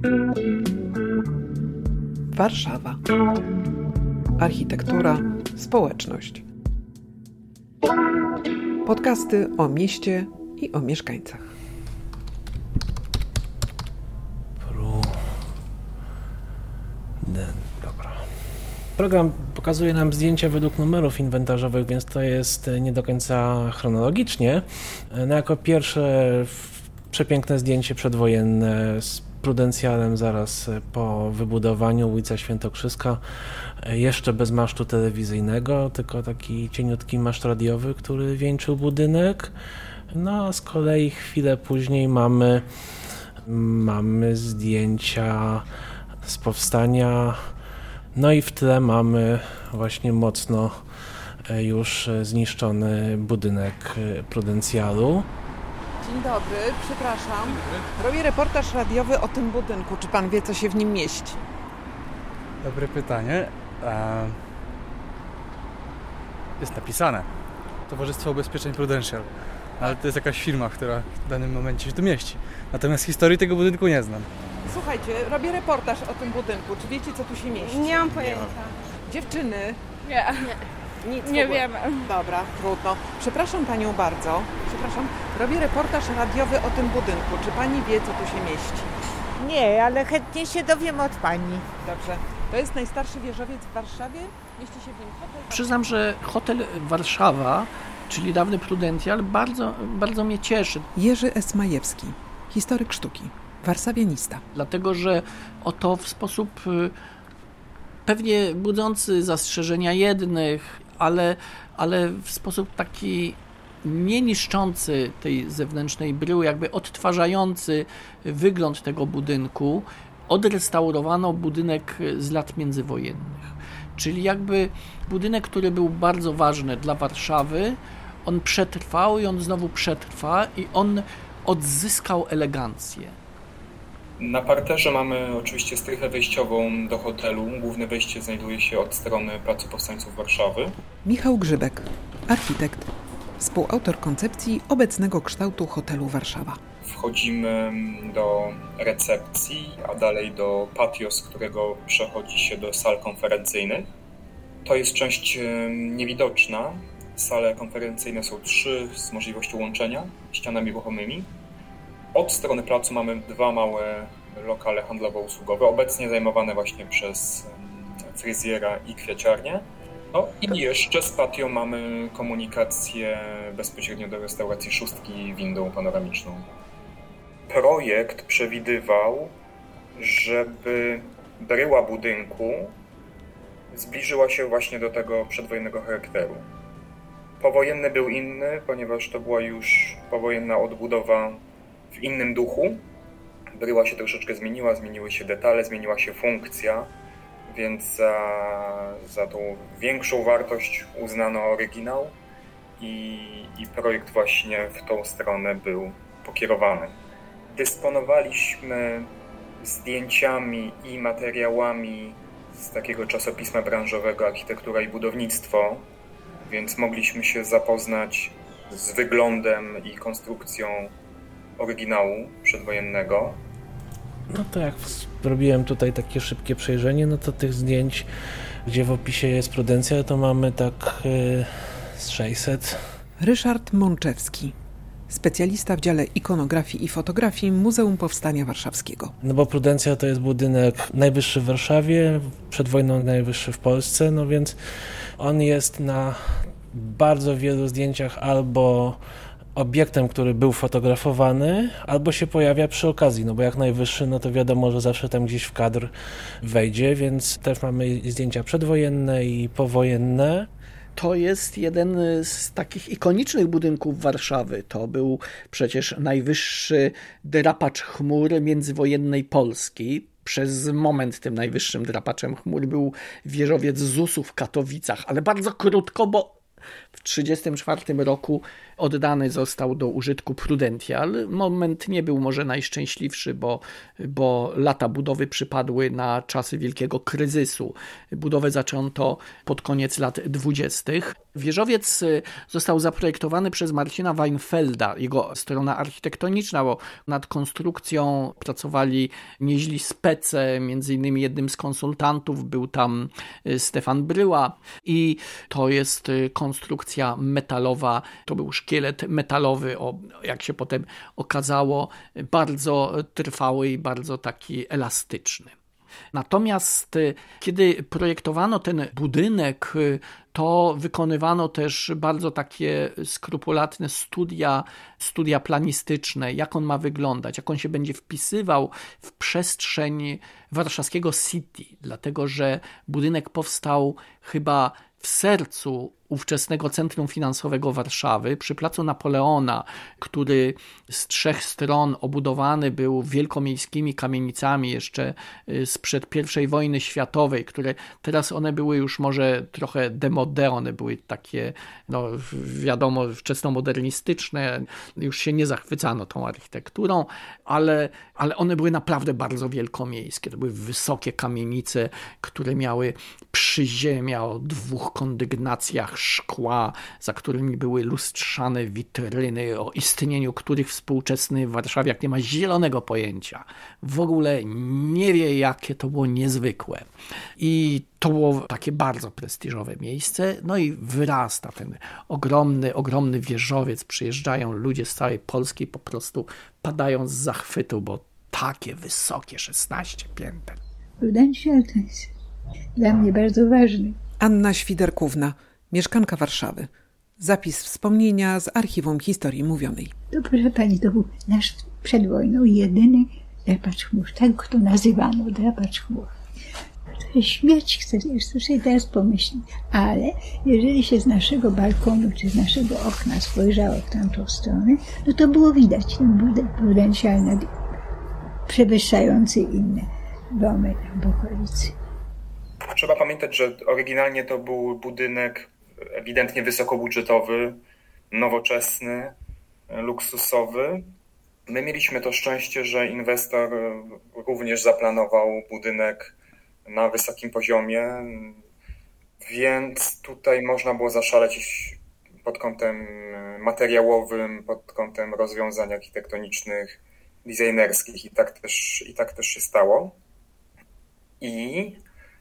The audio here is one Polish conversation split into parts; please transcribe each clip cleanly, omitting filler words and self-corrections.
Warszawa. Architektura, społeczność. Podcasty o mieście i o mieszkańcach. Dobra. Program pokazuje nam zdjęcia według numerów inwentarzowych, więc to jest nie do końca chronologicznie. No jako pierwsze przepiękne zdjęcie przedwojenne z Prudencjalem zaraz po wybudowaniu, ulica Świętokrzyska, jeszcze bez masztu telewizyjnego, tylko taki cieniutki maszt radiowy, który wieńczył budynek. No a z kolei chwilę później mamy zdjęcia z powstania, no i w tle mamy właśnie mocno już zniszczony budynek Prudencjalu. Dzień dobry, przepraszam. Robię reportaż radiowy o tym budynku. Czy pan wie, co się w nim mieści? Dobre pytanie. Jest napisane Towarzystwo Ubezpieczeń Prudential, ale to jest jakaś firma, która w danym momencie się tu mieści. Natomiast historii tego budynku nie znam. Słuchajcie, robię reportaż o tym budynku. Czy wiecie, co tu się mieści? Nie mam pojęcia. Dziewczyny? Nie. Nic Nie wiemy. Dobra, trudno. Przepraszam panią bardzo. Robię reportaż radiowy o tym budynku. Czy pani wie, co tu się mieści? Nie, ale chętnie się dowiem od pani. Dobrze. To jest najstarszy wieżowiec w Warszawie. Mieści się w nim hotel. Przyznam, że hotel Warszawa, czyli dawny Prudential, bardzo mnie cieszy. Jerzy S. Majewski, historyk sztuki, warszawianista. Dlatego, że oto w sposób pewnie budzący zastrzeżenia jednych, ale w sposób taki nie niszczący tej zewnętrznej bryły, jakby odtwarzający wygląd tego budynku, odrestaurowano budynek z lat międzywojennych. Czyli jakby budynek, który był bardzo ważny dla Warszawy, on przetrwał i on znowu przetrwa i on odzyskał elegancję. Na parterze mamy oczywiście strefę wejściową do hotelu. Główne wejście znajduje się od strony Placu Powstańców Warszawy. Michał Grzybek, architekt, współautor koncepcji obecnego kształtu hotelu Warszawa. Wchodzimy do recepcji, a dalej do patio, z którego przechodzi się do sal konferencyjnych. To jest część niewidoczna. Sale konferencyjne są 3 z możliwością łączenia ścianami ruchomymi. Od strony placu mamy 2 małe lokale handlowo-usługowe, obecnie zajmowane właśnie przez fryzjera i kwiaciarnię. No i jeszcze z patio mamy komunikację bezpośrednio do restauracji Szóstki windą panoramiczną. Projekt przewidywał, żeby bryła budynku zbliżyła się właśnie do tego przedwojennego charakteru. Powojenny był inny, ponieważ to była już powojenna odbudowa w innym duchu. Bryła się troszeczkę zmieniła, zmieniły się detale, zmieniła się funkcja, więc za tą większą wartość uznano oryginał i projekt właśnie w tą stronę był pokierowany. Dysponowaliśmy zdjęciami i materiałami z takiego czasopisma branżowego Architektura i Budownictwo, więc mogliśmy się zapoznać z wyglądem i konstrukcją oryginału przedwojennego. No to jak zrobiłem tutaj takie szybkie przejrzenie, no to tych zdjęć, gdzie w opisie jest Prudencja, to mamy tak z 600. Ryszard Mączewski, specjalista w dziale ikonografii i fotografii Muzeum Powstania Warszawskiego. No bo Prudencja to jest budynek najwyższy w Warszawie, przed wojną najwyższy w Polsce, no więc on jest na bardzo wielu zdjęciach albo obiektem, który był fotografowany, albo się pojawia przy okazji, no bo jak najwyższy, no to wiadomo, że zawsze tam gdzieś w kadr wejdzie, więc też mamy zdjęcia przedwojenne i powojenne. To jest jeden z takich ikonicznych budynków Warszawy. To był przecież najwyższy drapacz chmur międzywojennej Polski. Przez moment tym najwyższym drapaczem chmur był wieżowiec ZUS-u w Katowicach, ale bardzo krótko, bo w 1934 roku oddany został do użytku Prudential. Moment nie był może najszczęśliwszy, bo lata budowy przypadły na czasy wielkiego kryzysu. Budowę zaczęto pod koniec lat 20. Wieżowiec został zaprojektowany przez Marcina Weinfelda, jego strona architektoniczna, bo nad konstrukcją pracowali nieźli spece, między innymi jednym z konsultantów był tam Stefan Bryła i to jest konstrukcja metalowa, to był szkielet metalowy, jak się potem okazało, bardzo trwały i bardzo taki elastyczny. Natomiast kiedy projektowano ten budynek, to wykonywano też bardzo takie skrupulatne studia planistyczne, jak on ma wyglądać, jak on się będzie wpisywał w przestrzeń warszawskiego City, dlatego że budynek powstał chyba w sercu ówczesnego Centrum Finansowego Warszawy, przy placu Napoleona, który z 3 stron obudowany był wielkomiejskimi kamienicami jeszcze sprzed I wojny światowej, które teraz one były już może trochę demodé, one były takie, wiadomo, wczesnomodernistyczne, już się nie zachwycano tą architekturą, ale one były naprawdę bardzo wielkomiejskie. To były wysokie kamienice, które miały przyziemia o 2 kondygnacjach szkła, za którymi były lustrzane witryny, o istnieniu których współczesny warszawiak nie ma zielonego pojęcia. W ogóle nie wie, jakie to było niezwykłe. I to było takie bardzo prestiżowe miejsce. No i wyrasta ten ogromny wieżowiec. Przyjeżdżają ludzie z całej Polski, po prostu padają z zachwytu, bo takie wysokie 16 pięter. Prudential to jest dla mnie bardzo ważny. Anna Świderkówna, mieszkanka Warszawy. Zapis wspomnienia z Archiwum Historii Mówionej. To, proszę pani, to był nasz przed wojną jedyny drapacz chmur. Tak to nazywano, drapacz chmur. To śmierć chce, co sobie teraz pomyśleć. Ale jeżeli się z naszego balkonu czy z naszego okna spojrzało w tamtą stronę, no to było widać ten budynek prudencjalny, przewyższający inne domy tam w okolicy. Trzeba pamiętać, że oryginalnie to był budynek ewidentnie wysokobudżetowy, nowoczesny, luksusowy. My mieliśmy to szczęście, że inwestor również zaplanował budynek na wysokim poziomie, więc tutaj można było zaszaleć pod kątem materiałowym, pod kątem rozwiązań architektonicznych, designerskich i tak też się stało. I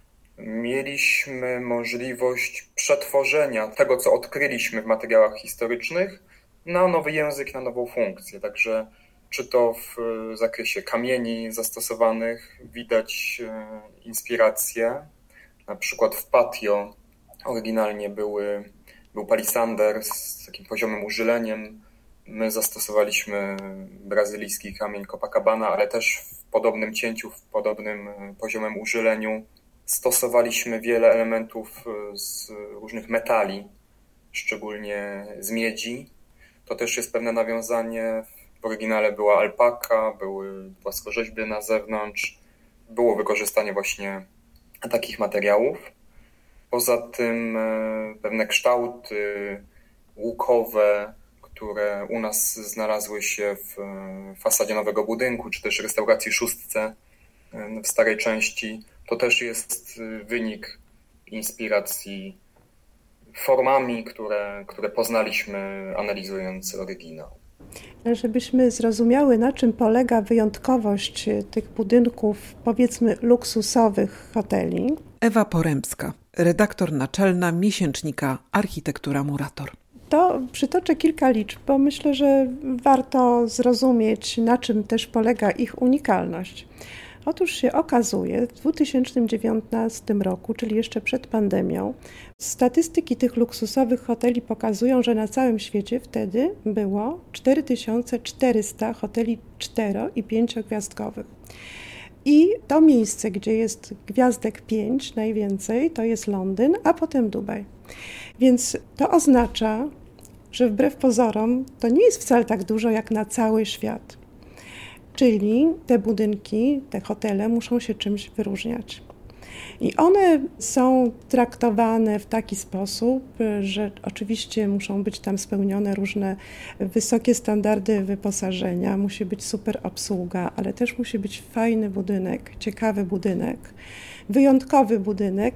mieliśmy możliwość przetworzenia tego, co odkryliśmy w materiałach historycznych, na nowy język, na nową funkcję. Także czy to w zakresie kamieni zastosowanych widać inspiracje. Na przykład w patio oryginalnie był palisander z takim poziomym użyleniem. My zastosowaliśmy brazylijski kamień Copacabana, ale też w podobnym cięciu, w podobnym poziomem użyleniu. Stosowaliśmy wiele elementów z różnych metali, szczególnie z miedzi. To też jest pewne nawiązanie. W oryginale była alpaka, były płaskorzeźby na zewnątrz. Było wykorzystanie właśnie takich materiałów. Poza tym pewne kształty łukowe, które u nas znalazły się w fasadzie nowego budynku, czy też restauracji Szóstce w starej części, to też jest wynik inspiracji formami, które poznaliśmy analizując oryginał. Żebyśmy zrozumiały, na czym polega wyjątkowość tych budynków, powiedzmy luksusowych hoteli. Ewa Porębska, redaktor naczelna miesięcznika Architektura Murator. To przytoczę kilka liczb, bo myślę, że warto zrozumieć, na czym też polega ich unikalność. Otóż się okazuje, w 2019 roku, czyli jeszcze przed pandemią, statystyki tych luksusowych hoteli pokazują, że na całym świecie wtedy było 4400 hoteli 4- i 5-gwiazdkowych. I to miejsce, gdzie jest gwiazdek 5 najwięcej, to jest Londyn, a potem Dubaj. Więc to oznacza, że wbrew pozorom to nie jest wcale tak dużo jak na cały świat. Czyli te budynki, te hotele muszą się czymś wyróżniać. I one są traktowane w taki sposób, że oczywiście muszą być tam spełnione różne wysokie standardy wyposażenia, musi być super obsługa, ale też musi być fajny budynek, ciekawy budynek, wyjątkowy budynek,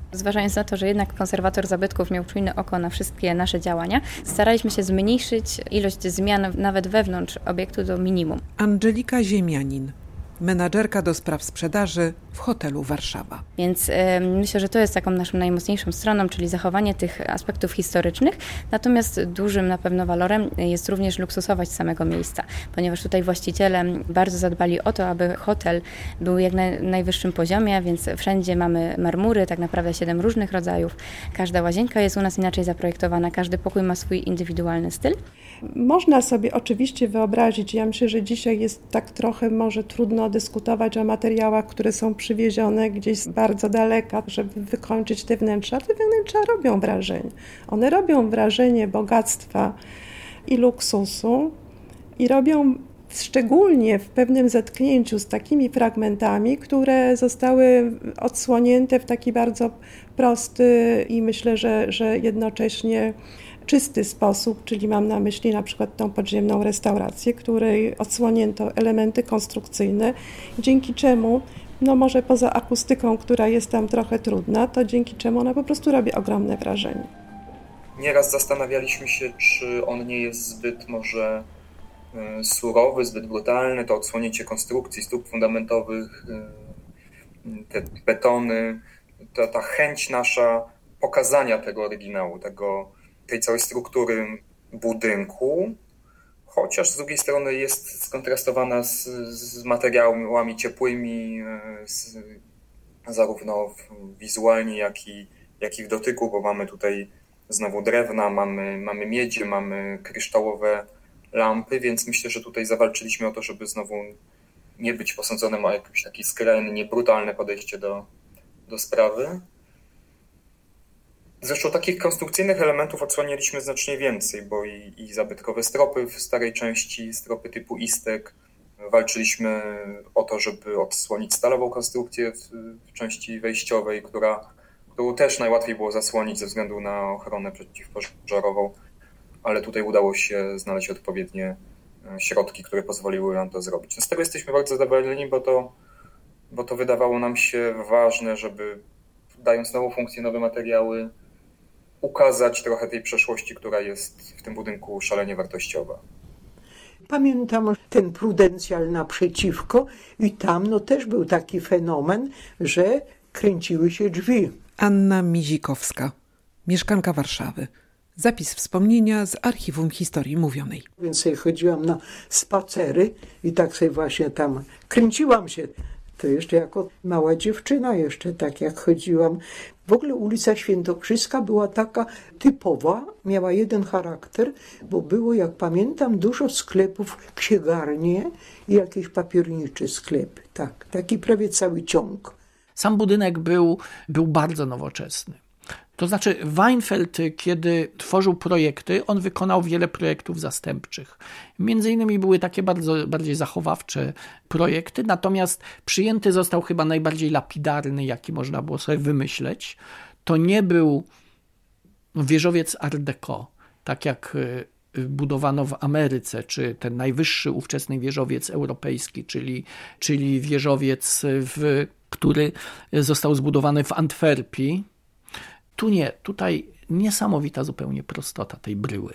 Zważając na to, że jednak konserwator zabytków miał czujne oko na wszystkie nasze działania, staraliśmy się zmniejszyć ilość zmian nawet wewnątrz obiektu do minimum. Angelika Ziemianin, menadżerka do spraw sprzedaży w hotelu Warszawa. Więc myślę, że to jest taką naszą najmocniejszą stroną, czyli zachowanie tych aspektów historycznych. Natomiast dużym na pewno walorem jest również luksusowość samego miejsca, ponieważ tutaj właściciele bardzo zadbali o to, aby hotel był jak na najwyższym poziomie, więc wszędzie mamy marmury, tak naprawdę 7 różnych rodzajów. Każda łazienka jest u nas inaczej zaprojektowana, każdy pokój ma swój indywidualny styl. Można sobie oczywiście wyobrazić, ja myślę, że dzisiaj jest tak trochę może trudno dyskutować o materiałach, które są przywiezione gdzieś z bardzo daleka, żeby wykończyć te wnętrza. Te wnętrza robią wrażenie. One robią wrażenie bogactwa i luksusu i robią szczególnie w pewnym zetknięciu z takimi fragmentami, które zostały odsłonięte w taki bardzo prosty i myślę, że jednocześnie czysty sposób, czyli mam na myśli na przykład tą podziemną restaurację, której odsłonięto elementy konstrukcyjne, dzięki czemu, no może poza akustyką, która jest tam trochę trudna, to dzięki czemu ona po prostu robi ogromne wrażenie. Nieraz zastanawialiśmy się, czy on nie jest zbyt może surowy, zbyt brutalny, to odsłonięcie konstrukcji, stóp fundamentowych, te betony, ta chęć nasza pokazania tego oryginału, tej całej struktury budynku, chociaż z drugiej strony jest skontrastowana z materiałami ciepłymi, zarówno wizualnie, jak i w dotyku, bo mamy tutaj znowu drewna, mamy miedzie, mamy kryształowe lampy, więc myślę, że tutaj zawalczyliśmy o to, żeby znowu nie być posądzonym o jakieś takie skrajnie brutalne podejście do sprawy. Zresztą takich konstrukcyjnych elementów odsłanialiśmy znacznie więcej, bo i zabytkowe stropy w starej części, stropy typu istek. Walczyliśmy o to, żeby odsłonić stalową konstrukcję w części wejściowej, którą też najłatwiej było zasłonić ze względu na ochronę przeciwpożarową, ale tutaj udało się znaleźć odpowiednie środki, które pozwoliły nam to zrobić. No z tego jesteśmy bardzo zadowoleni, bo to wydawało nam się ważne, żeby dając nową funkcję, nowe materiały, ukazać trochę tej przeszłości, która jest w tym budynku szalenie wartościowa. Pamiętam ten Prudencjal naprzeciwko i tam też był taki fenomen, że kręciły się drzwi. Anna Mizikowska, mieszkanka Warszawy. Zapis wspomnienia z Archiwum Historii Mówionej. Więc sobie chodziłam na spacery i tak sobie właśnie tam kręciłam się. To jeszcze jako mała dziewczyna, jeszcze tak jak chodziłam. W ogóle ulica Świętokrzyska była taka typowa, miała jeden charakter, bo było, jak pamiętam, dużo sklepów, księgarnie i jakieś papiernicze sklepy. Tak, taki prawie cały ciąg. Sam budynek był bardzo nowoczesny. To znaczy Weinfeld, kiedy tworzył projekty, on wykonał wiele projektów zastępczych. Między innymi były takie bardziej zachowawcze projekty, natomiast przyjęty został chyba najbardziej lapidarny, jaki można było sobie wymyśleć. To nie był wieżowiec Art Deco, tak jak budowano w Ameryce, czy ten najwyższy ówczesny wieżowiec europejski, czyli wieżowiec, który został zbudowany w Antwerpii. Tu nie, tutaj niesamowita zupełnie prostota tej bryły,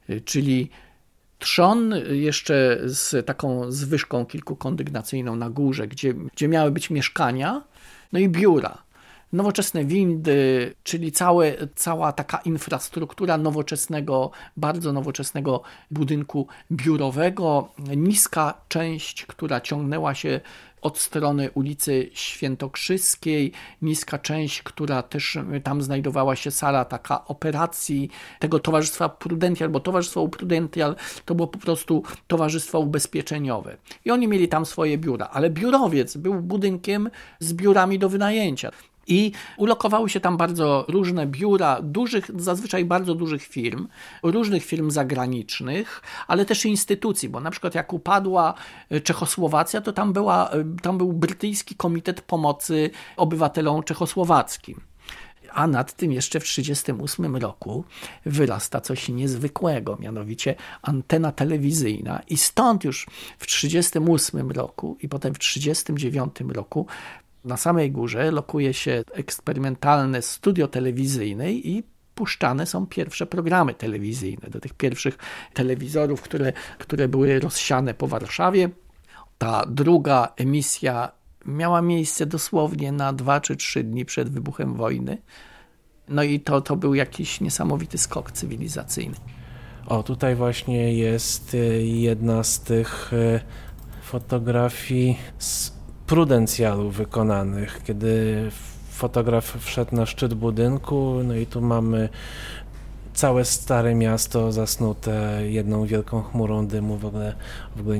czyli trzon jeszcze z taką zwyżką kilkukondygnacyjną na górze, gdzie miały być mieszkania, no i biura. Nowoczesne windy, czyli cała taka infrastruktura nowoczesnego, bardzo nowoczesnego budynku biurowego. Niska część, która ciągnęła się od strony ulicy Świętokrzyskiej, niska część, która też tam znajdowała się sala taka operacji tego Towarzystwa Prudential, bo Towarzystwo Prudential to było po prostu towarzystwo ubezpieczeniowe. I oni mieli tam swoje biura, ale biurowiec był budynkiem z biurami do wynajęcia. I ulokowały się tam bardzo różne biura, zazwyczaj bardzo dużych firm, różnych firm zagranicznych, ale też instytucji, bo na przykład jak upadła Czechosłowacja, to tam był Brytyjski Komitet Pomocy Obywatelom Czechosłowackim. A nad tym jeszcze w 1938 roku wyrasta coś niezwykłego, mianowicie antena telewizyjna. I stąd już w 1938 roku i potem w 1939 roku Na samej górze lokuje się eksperymentalne studio telewizyjne i puszczane są pierwsze programy telewizyjne do tych pierwszych telewizorów, które były rozsiane po Warszawie. Ta druga emisja miała miejsce dosłownie na 2 czy 3 dni przed wybuchem wojny. No i to był jakiś niesamowity skok cywilizacyjny. O, tutaj właśnie jest jedna z tych fotografii z prudencjalu wykonanych, kiedy fotograf wszedł na szczyt budynku, no i tu mamy całe Stare Miasto zasnute jedną wielką chmurą dymu, w ogóle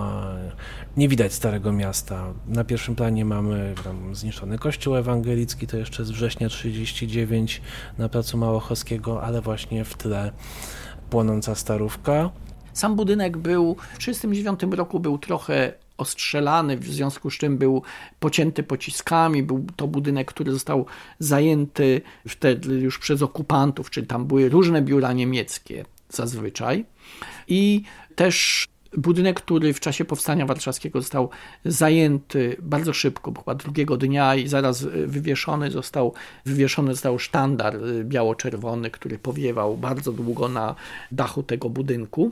nie widać Starego Miasta. Na pierwszym planie mamy tam zniszczony kościół ewangelicki, to jeszcze z września 1939 na placu Małochowskiego, ale właśnie w tle płonąca Starówka. Sam budynek był w 1939 roku był trochę ostrzelany, w związku z czym był pocięty pociskami. Był to budynek, który został zajęty wtedy już przez okupantów, czyli tam były różne biura niemieckie zazwyczaj. I też budynek, który w czasie Powstania Warszawskiego został zajęty bardzo szybko, chyba drugiego dnia i zaraz wywieszony został sztandar biało-czerwony, który powiewał bardzo długo na dachu tego budynku.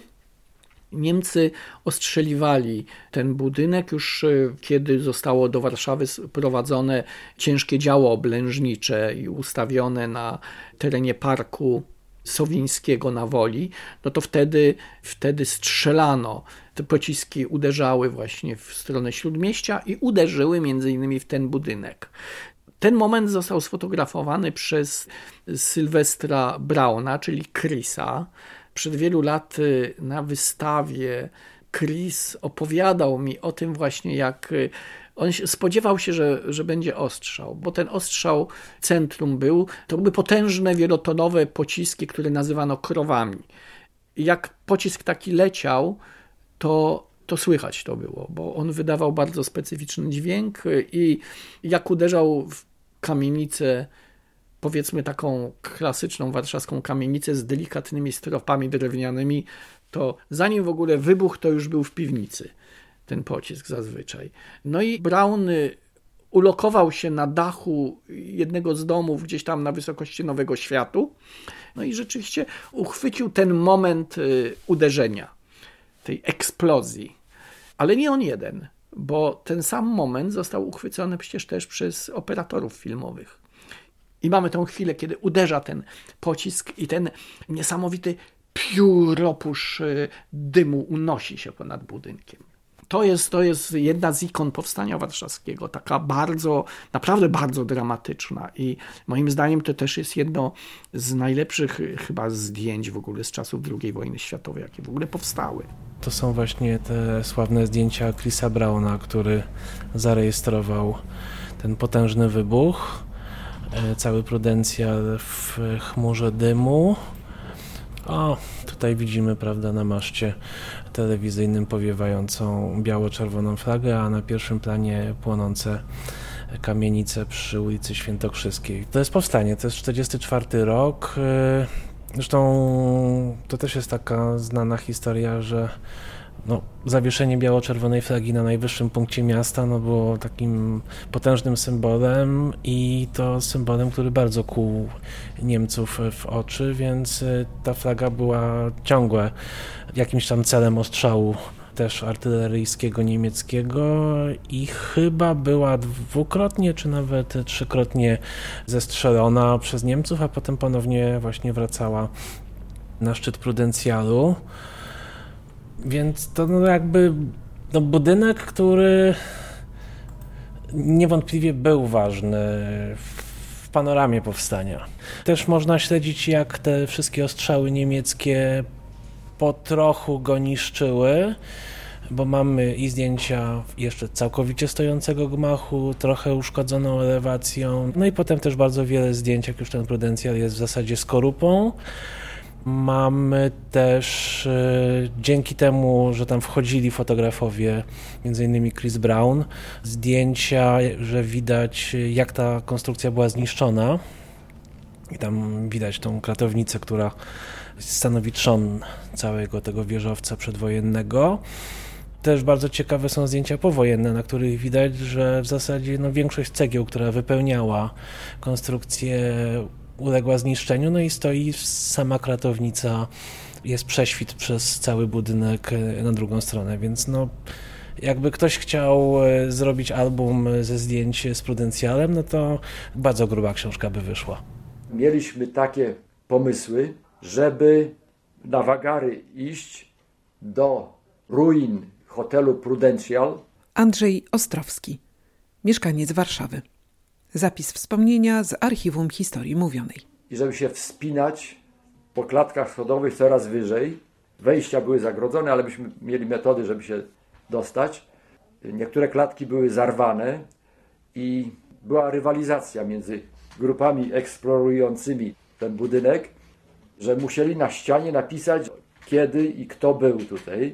Niemcy ostrzeliwali ten budynek już kiedy zostało do Warszawy sprowadzone ciężkie działo oblężnicze i ustawione na terenie Parku Sowińskiego na Woli, no to wtedy strzelano. Te pociski uderzały właśnie w stronę Śródmieścia i uderzyły między innymi w ten budynek. Ten moment został sfotografowany przez Sylwestra Brauna, czyli Chrisa. Przed wielu laty na wystawie Chris opowiadał mi o tym właśnie, jak on spodziewał się, że będzie ostrzał, bo ten ostrzał centrum to były potężne wielotonowe pociski, które nazywano krowami. I jak pocisk taki leciał, to słychać to było, bo on wydawał bardzo specyficzny dźwięk i jak uderzał w kamienicę, powiedzmy taką klasyczną warszawską kamienicę z delikatnymi stropami drewnianymi, to zanim w ogóle wybuchł, to już był w piwnicy ten pocisk zazwyczaj. No i Braun ulokował się na dachu jednego z domów gdzieś tam na wysokości Nowego Światu, no i rzeczywiście uchwycił ten moment uderzenia, tej eksplozji. Ale nie on jeden, bo ten sam moment został uchwycony przecież też przez operatorów filmowych. I mamy tą chwilę, kiedy uderza ten pocisk i ten niesamowity pióropusz dymu unosi się ponad budynkiem. To jest jedna z ikon Powstania Warszawskiego, taka naprawdę bardzo dramatyczna i moim zdaniem to też jest jedno z najlepszych chyba zdjęć w ogóle z czasów II wojny światowej, jakie w ogóle powstały. To są właśnie te sławne zdjęcia Chrisa Brauna, który zarejestrował ten potężny wybuch. Cały prudencjal w chmurze dymu. O, tutaj widzimy, prawda, na maszcie telewizyjnym powiewającą biało-czerwoną flagę, a na pierwszym planie płonące kamienice przy ulicy Świętokrzyskiej. To jest powstanie, to jest 1944 rok. Zresztą to też jest taka znana historia, że zawieszenie biało-czerwonej flagi na najwyższym punkcie miasta było takim potężnym symbolem i to symbolem, który bardzo kłuł Niemców w oczy, więc ta flaga była ciągle jakimś tam celem ostrzału też artyleryjskiego niemieckiego i chyba była dwukrotnie czy nawet trzykrotnie zestrzelona przez Niemców, a potem ponownie właśnie wracała na szczyt prudencjalu. Więc to budynek, który niewątpliwie był ważny w panoramie powstania. Też można śledzić, jak te wszystkie ostrzały niemieckie po trochu go niszczyły, bo mamy i zdjęcia jeszcze całkowicie stojącego gmachu, trochę uszkodzoną elewacją, no i potem też bardzo wiele zdjęć, jak już ten prudencjal jest w zasadzie skorupą. Mamy też, dzięki temu, że tam wchodzili fotografowie, m.in. Chris Braun, zdjęcia, że widać, jak ta konstrukcja była zniszczona. I tam widać tą kratownicę, która stanowi trzon całego tego wieżowca przedwojennego. Też bardzo ciekawe są zdjęcia powojenne, na których widać, że w zasadzie większość cegieł, która wypełniała konstrukcję, uległa zniszczeniu, i stoi sama kratownica, jest prześwit przez cały budynek na drugą stronę, więc jakby ktoś chciał zrobić album ze zdjęć z Prudencjalem, to bardzo gruba książka by wyszła. Mieliśmy takie pomysły, żeby na wagary iść do ruin hotelu Prudential. Andrzej Ostrowski, mieszkaniec Warszawy. Zapis wspomnienia z Archiwum Historii Mówionej. I żeby się wspinać po klatkach schodowych coraz wyżej. Wejścia były zagrodzone, ale myśmy mieli metody, żeby się dostać. Niektóre klatki były zarwane i była rywalizacja między grupami eksplorującymi ten budynek, że musieli na ścianie napisać, kiedy i kto był tutaj.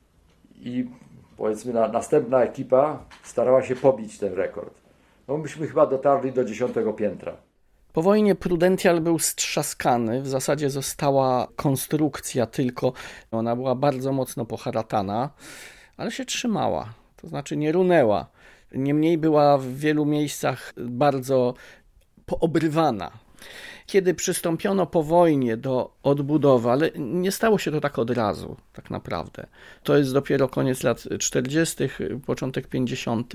I powiedzmy następna ekipa starała się pobić ten rekord. Myśmy chyba dotarli do 10. piętra. Po wojnie Prudential był strzaskany, w zasadzie została konstrukcja tylko. Ona była bardzo mocno poharatana, ale się trzymała, to znaczy nie runęła. Niemniej była w wielu miejscach bardzo poobrywana. Kiedy przystąpiono po wojnie do odbudowy, ale nie stało się to tak od razu, tak naprawdę. To jest dopiero koniec lat 40., początek 50.,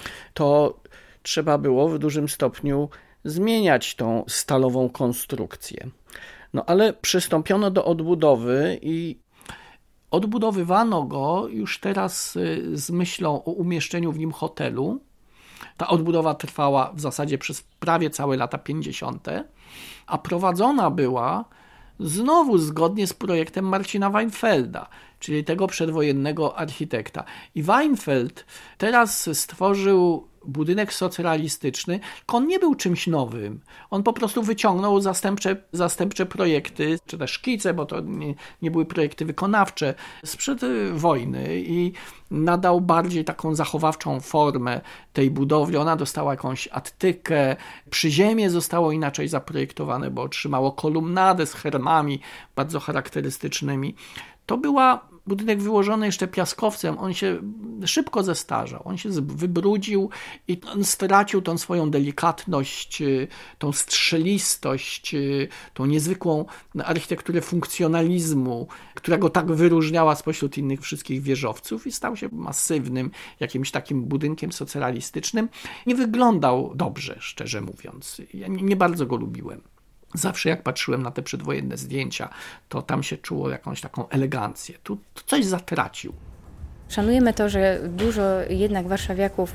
to trzeba było w dużym stopniu zmieniać tą stalową konstrukcję. Ale przystąpiono do odbudowy i odbudowywano go już teraz z myślą o umieszczeniu w nim hotelu. Ta odbudowa trwała w zasadzie przez prawie całe lata 50., a prowadzona była znowu zgodnie z projektem Marcina Weinfelda, czyli tego przedwojennego architekta. I Weinfeld teraz stworzył budynek socrealistyczny, tylko on nie był czymś nowym. On po prostu wyciągnął zastępcze projekty, czy też szkice, bo to nie były projekty wykonawcze, sprzed wojny i nadał bardziej taką zachowawczą formę tej budowli. Ona dostała jakąś attykę, przyziemie zostało inaczej zaprojektowane, bo otrzymało kolumnadę z hermami bardzo charakterystycznymi. To była budynek wyłożony jeszcze piaskowcem, on się szybko zestarzał, on się wybrudził i on stracił tą swoją delikatność, tą strzelistość, tą niezwykłą architekturę funkcjonalizmu, która go tak wyróżniała spośród innych wszystkich wieżowców i stał się masywnym, jakimś takim budynkiem socrealistycznym. Nie wyglądał dobrze, szczerze mówiąc. Ja nie bardzo go lubiłem. Zawsze jak patrzyłem na te przedwojenne zdjęcia, to tam się czuło jakąś taką elegancję. Tu coś zatracił. Szanujemy to, że dużo jednak warszawiaków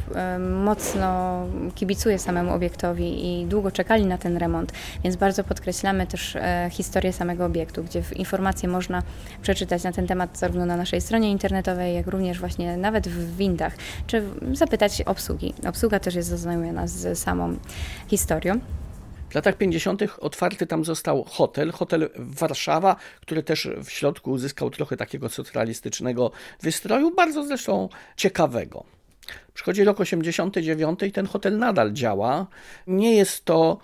mocno kibicuje samemu obiektowi i długo czekali na ten remont, więc bardzo podkreślamy też historię samego obiektu, gdzie informacje można przeczytać na ten temat zarówno na naszej stronie internetowej, jak również właśnie nawet w windach, czy zapytać obsługi. Obsługa też jest zaznajomiona z samą historią. W latach 50. otwarty tam został hotel Warszawa, który też w środku uzyskał trochę takiego socrealistycznego wystroju, bardzo zresztą ciekawego. Przychodzi rok 89 i ten hotel nadal działa. Nie jest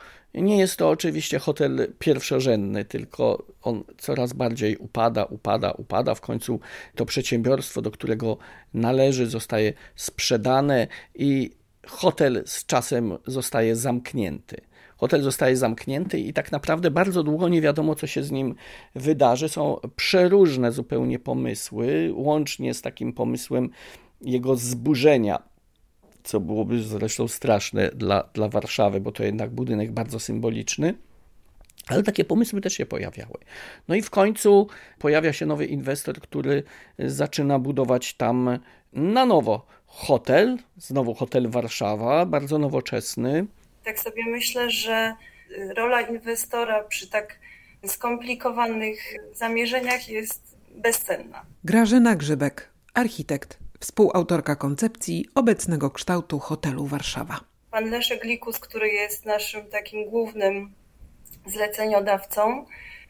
to oczywiście hotel pierwszorzędny, tylko on coraz bardziej upada. W końcu to przedsiębiorstwo, do którego należy, zostaje sprzedane i hotel z czasem zostaje zamknięty. Hotel zostaje zamknięty i tak naprawdę bardzo długo nie wiadomo, co się z nim wydarzy. Są przeróżne zupełnie pomysły, łącznie z takim pomysłem jego zburzenia, co byłoby zresztą straszne dla Warszawy, bo to jednak budynek bardzo symboliczny. Ale takie pomysły też się pojawiały. I w końcu pojawia się nowy inwestor, który zaczyna budować tam na nowo hotel, znowu hotel Warszawa, bardzo nowoczesny. Tak sobie myślę, że rola inwestora przy tak skomplikowanych zamierzeniach jest bezcenna. Grażyna Grzybek, architekt, współautorka koncepcji obecnego kształtu hotelu Warszawa. Pan Leszek Likus, który jest naszym takim głównym zleceniodawcą,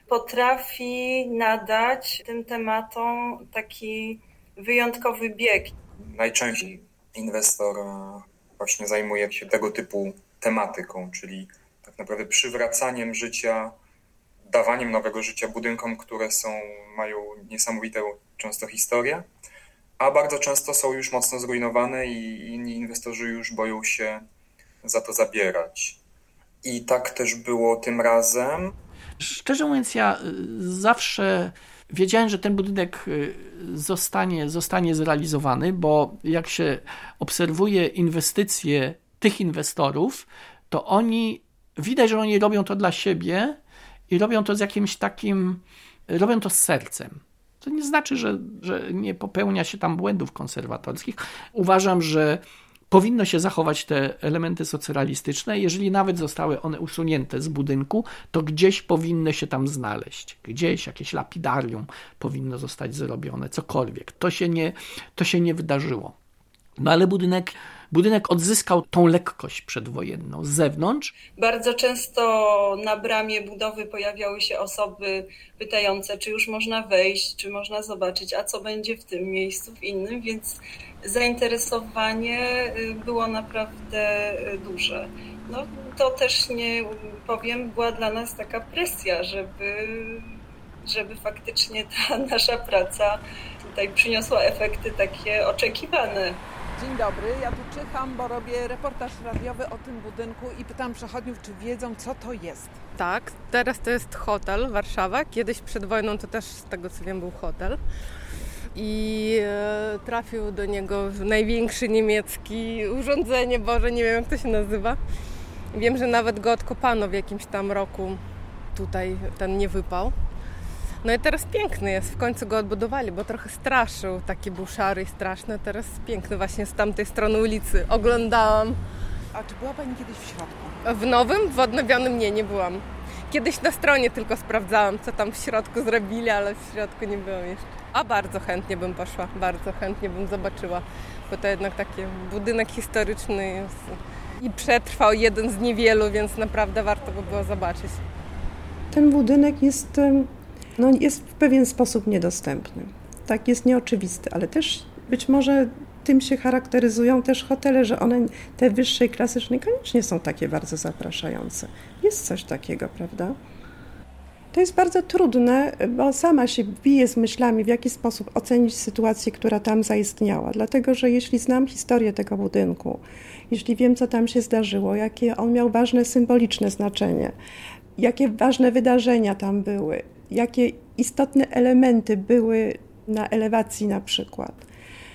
potrafi nadać tym tematom taki wyjątkowy bieg. Najczęściej inwestor właśnie zajmuje się tego typu tematyką, czyli tak naprawdę przywracaniem życia, dawaniem nowego życia budynkom, które mają niesamowitą często historię, a bardzo często są już mocno zrujnowane i inni inwestorzy już boją się za to zabierać. I tak też było tym razem. Szczerze mówiąc, ja zawsze wiedziałem, że ten budynek zostanie zrealizowany, bo jak się obserwuje inwestycje tych inwestorów, to widać, że oni robią to dla siebie i robią to z jakimś takim, robią to z sercem. To nie znaczy, że nie popełnia się tam błędów konserwatorskich. Uważam, że powinno się zachować te elementy socrealistyczne. Jeżeli nawet zostały one usunięte z budynku, to gdzieś powinny się tam znaleźć. Gdzieś jakieś lapidarium powinno zostać zrobione, cokolwiek. To się nie wydarzyło. No ale budynek odzyskał tą lekkość przedwojenną z zewnątrz. Bardzo często na bramie budowy pojawiały się osoby pytające, czy już można wejść, czy można zobaczyć, a co będzie w tym miejscu, w innym, więc zainteresowanie było naprawdę duże. No, to też nie powiem, była dla nas taka presja, żeby faktycznie ta nasza praca tutaj przyniosła efekty takie oczekiwane. Dzień dobry, ja tu czyham, bo robię reportaż radiowy o tym budynku i pytam przechodniów, czy wiedzą, co to jest. Tak, teraz to jest hotel Warszawa. Kiedyś przed wojną to też, z tego co wiem, był hotel. I trafił do niego największy niemiecki urządzenie, Boże, nie wiem jak to się nazywa. Wiem, że nawet go odkopano w jakimś tam roku. Tutaj ten nie wypał. No i teraz piękny jest, w końcu go odbudowali, bo trochę straszył, taki był szary i straszny, teraz piękny właśnie z tamtej strony ulicy. Oglądałam. A czy była Pani kiedyś w środku? W nowym, w odnowionym nie byłam. Kiedyś na stronie tylko sprawdzałam, co tam w środku zrobili, ale w środku nie byłam jeszcze. A bardzo chętnie bym poszła, bardzo chętnie bym zobaczyła, bo to jednak taki budynek historyczny jest i przetrwał, jeden z niewielu, więc naprawdę warto by było zobaczyć. Ten budynek jest w pewien sposób niedostępny. Tak, jest nieoczywisty, ale też być może tym się charakteryzują też hotele, że one, te wyższej klasy, niekoniecznie są takie bardzo zapraszające. Jest coś takiego, prawda? To jest bardzo trudne, bo sama się bije z myślami, w jaki sposób ocenić sytuację, która tam zaistniała. Dlatego, że jeśli znam historię tego budynku, jeśli wiem, co tam się zdarzyło, jakie on miał ważne symboliczne znaczenie, jakie ważne wydarzenia tam były, jakie istotne elementy były na elewacji na przykład,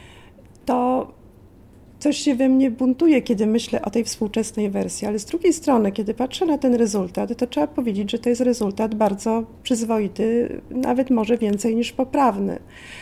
to coś się we mnie buntuje, kiedy myślę o tej współczesnej wersji, ale z drugiej strony, kiedy patrzę na ten rezultat, to trzeba powiedzieć, że to jest rezultat bardzo przyzwoity, nawet może więcej niż poprawny.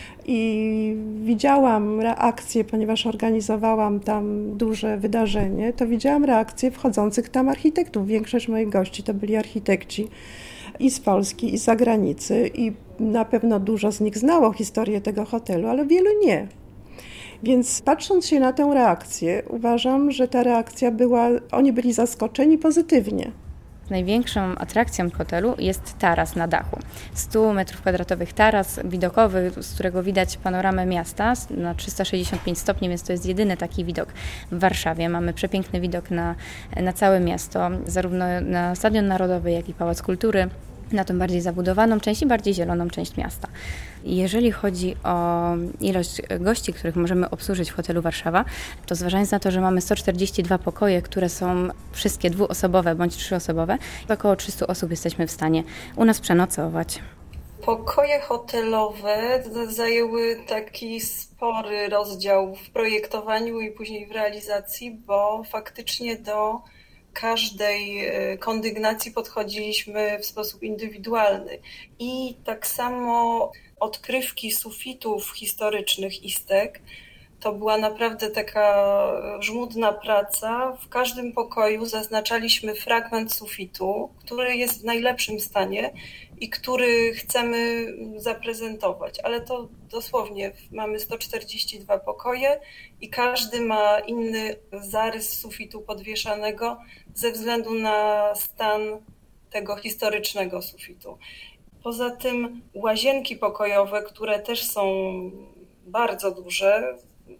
I widziałam reakcję, ponieważ organizowałam tam duże wydarzenie, to widziałam reakcję wchodzących tam architektów. Większość moich gości to byli architekci i z Polski, i z zagranicy i na pewno dużo z nich znało historię tego hotelu, ale wielu nie. Więc patrząc się na tę reakcję, uważam, że ta reakcja oni byli zaskoczeni pozytywnie. Największą atrakcją hotelu jest taras na dachu. 100 m2 taras widokowy, z którego widać panoramę miasta na 365 stopni, więc to jest jedyny taki widok w Warszawie. Mamy przepiękny widok na całe miasto, zarówno na Stadion Narodowy, jak i Pałac Kultury, na tą bardziej zabudowaną część i bardziej zieloną część miasta. Jeżeli chodzi o ilość gości, których możemy obsłużyć w hotelu Warszawa, to zważając na to, że mamy 142 pokoje, które są wszystkie dwuosobowe bądź trzyosobowe, około 300 osób jesteśmy w stanie u nas przenocować. Pokoje hotelowe zajęły taki spory rozdział w projektowaniu i później w realizacji, bo faktycznie do każdej kondygnacji podchodziliśmy w sposób indywidualny. I tak samo odkrywki sufitów historycznych istek to była naprawdę taka żmudna praca. W każdym pokoju zaznaczaliśmy fragment sufitu, który jest w najlepszym stanie i który chcemy zaprezentować. Ale to dosłownie mamy 142 pokoje i każdy ma inny zarys sufitu podwieszanego ze względu na stan tego historycznego sufitu. Poza tym łazienki pokojowe, które też są bardzo duże,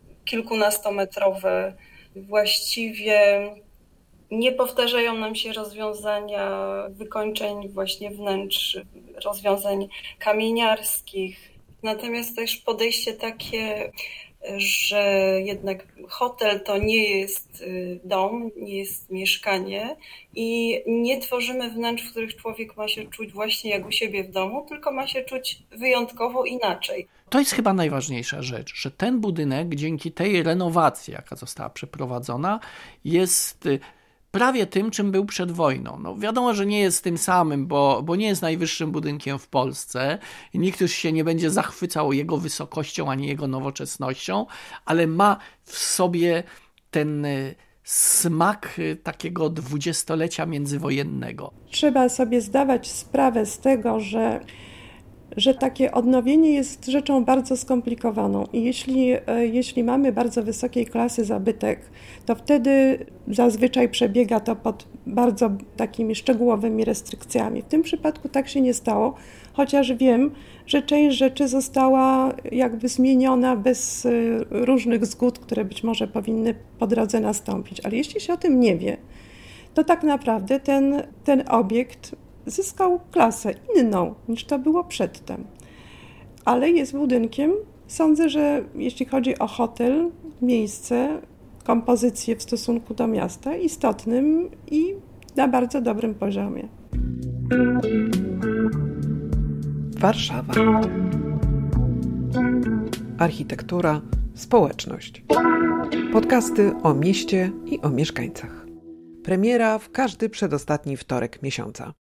kilkunastometrowe, właściwie nie powtarzają nam się rozwiązania wykończeń właśnie wnętrz, rozwiązań kamieniarskich. Natomiast też podejście takie że jednak hotel to nie jest dom, nie jest mieszkanie i nie tworzymy wnętrz, w których człowiek ma się czuć właśnie jak u siebie w domu, tylko ma się czuć wyjątkowo inaczej. To jest chyba najważniejsza rzecz, że ten budynek dzięki tej renowacji, jaka została przeprowadzona, jest prawie tym, czym był przed wojną. No wiadomo, że nie jest tym samym, bo nie jest najwyższym budynkiem w Polsce i nikt już się nie będzie zachwycał jego wysokością ani jego nowoczesnością, ale ma w sobie ten smak takiego dwudziestolecia międzywojennego. Trzeba sobie zdawać sprawę z tego, że takie odnowienie jest rzeczą bardzo skomplikowaną i jeśli mamy bardzo wysokiej klasy zabytek, to wtedy zazwyczaj przebiega to pod bardzo takimi szczegółowymi restrykcjami. W tym przypadku tak się nie stało, chociaż wiem, że część rzeczy została jakby zmieniona bez różnych zgód, które być może powinny po drodze nastąpić. Ale jeśli się o tym nie wie, to tak naprawdę ten obiekt zyskał klasę inną niż to było przedtem. Ale jest budynkiem, sądzę, że jeśli chodzi o hotel, miejsce, kompozycję w stosunku do miasta, istotnym i na bardzo dobrym poziomie. Warszawa. Architektura, społeczność. Podcasty o mieście i o mieszkańcach. Premiera w każdy przedostatni wtorek miesiąca.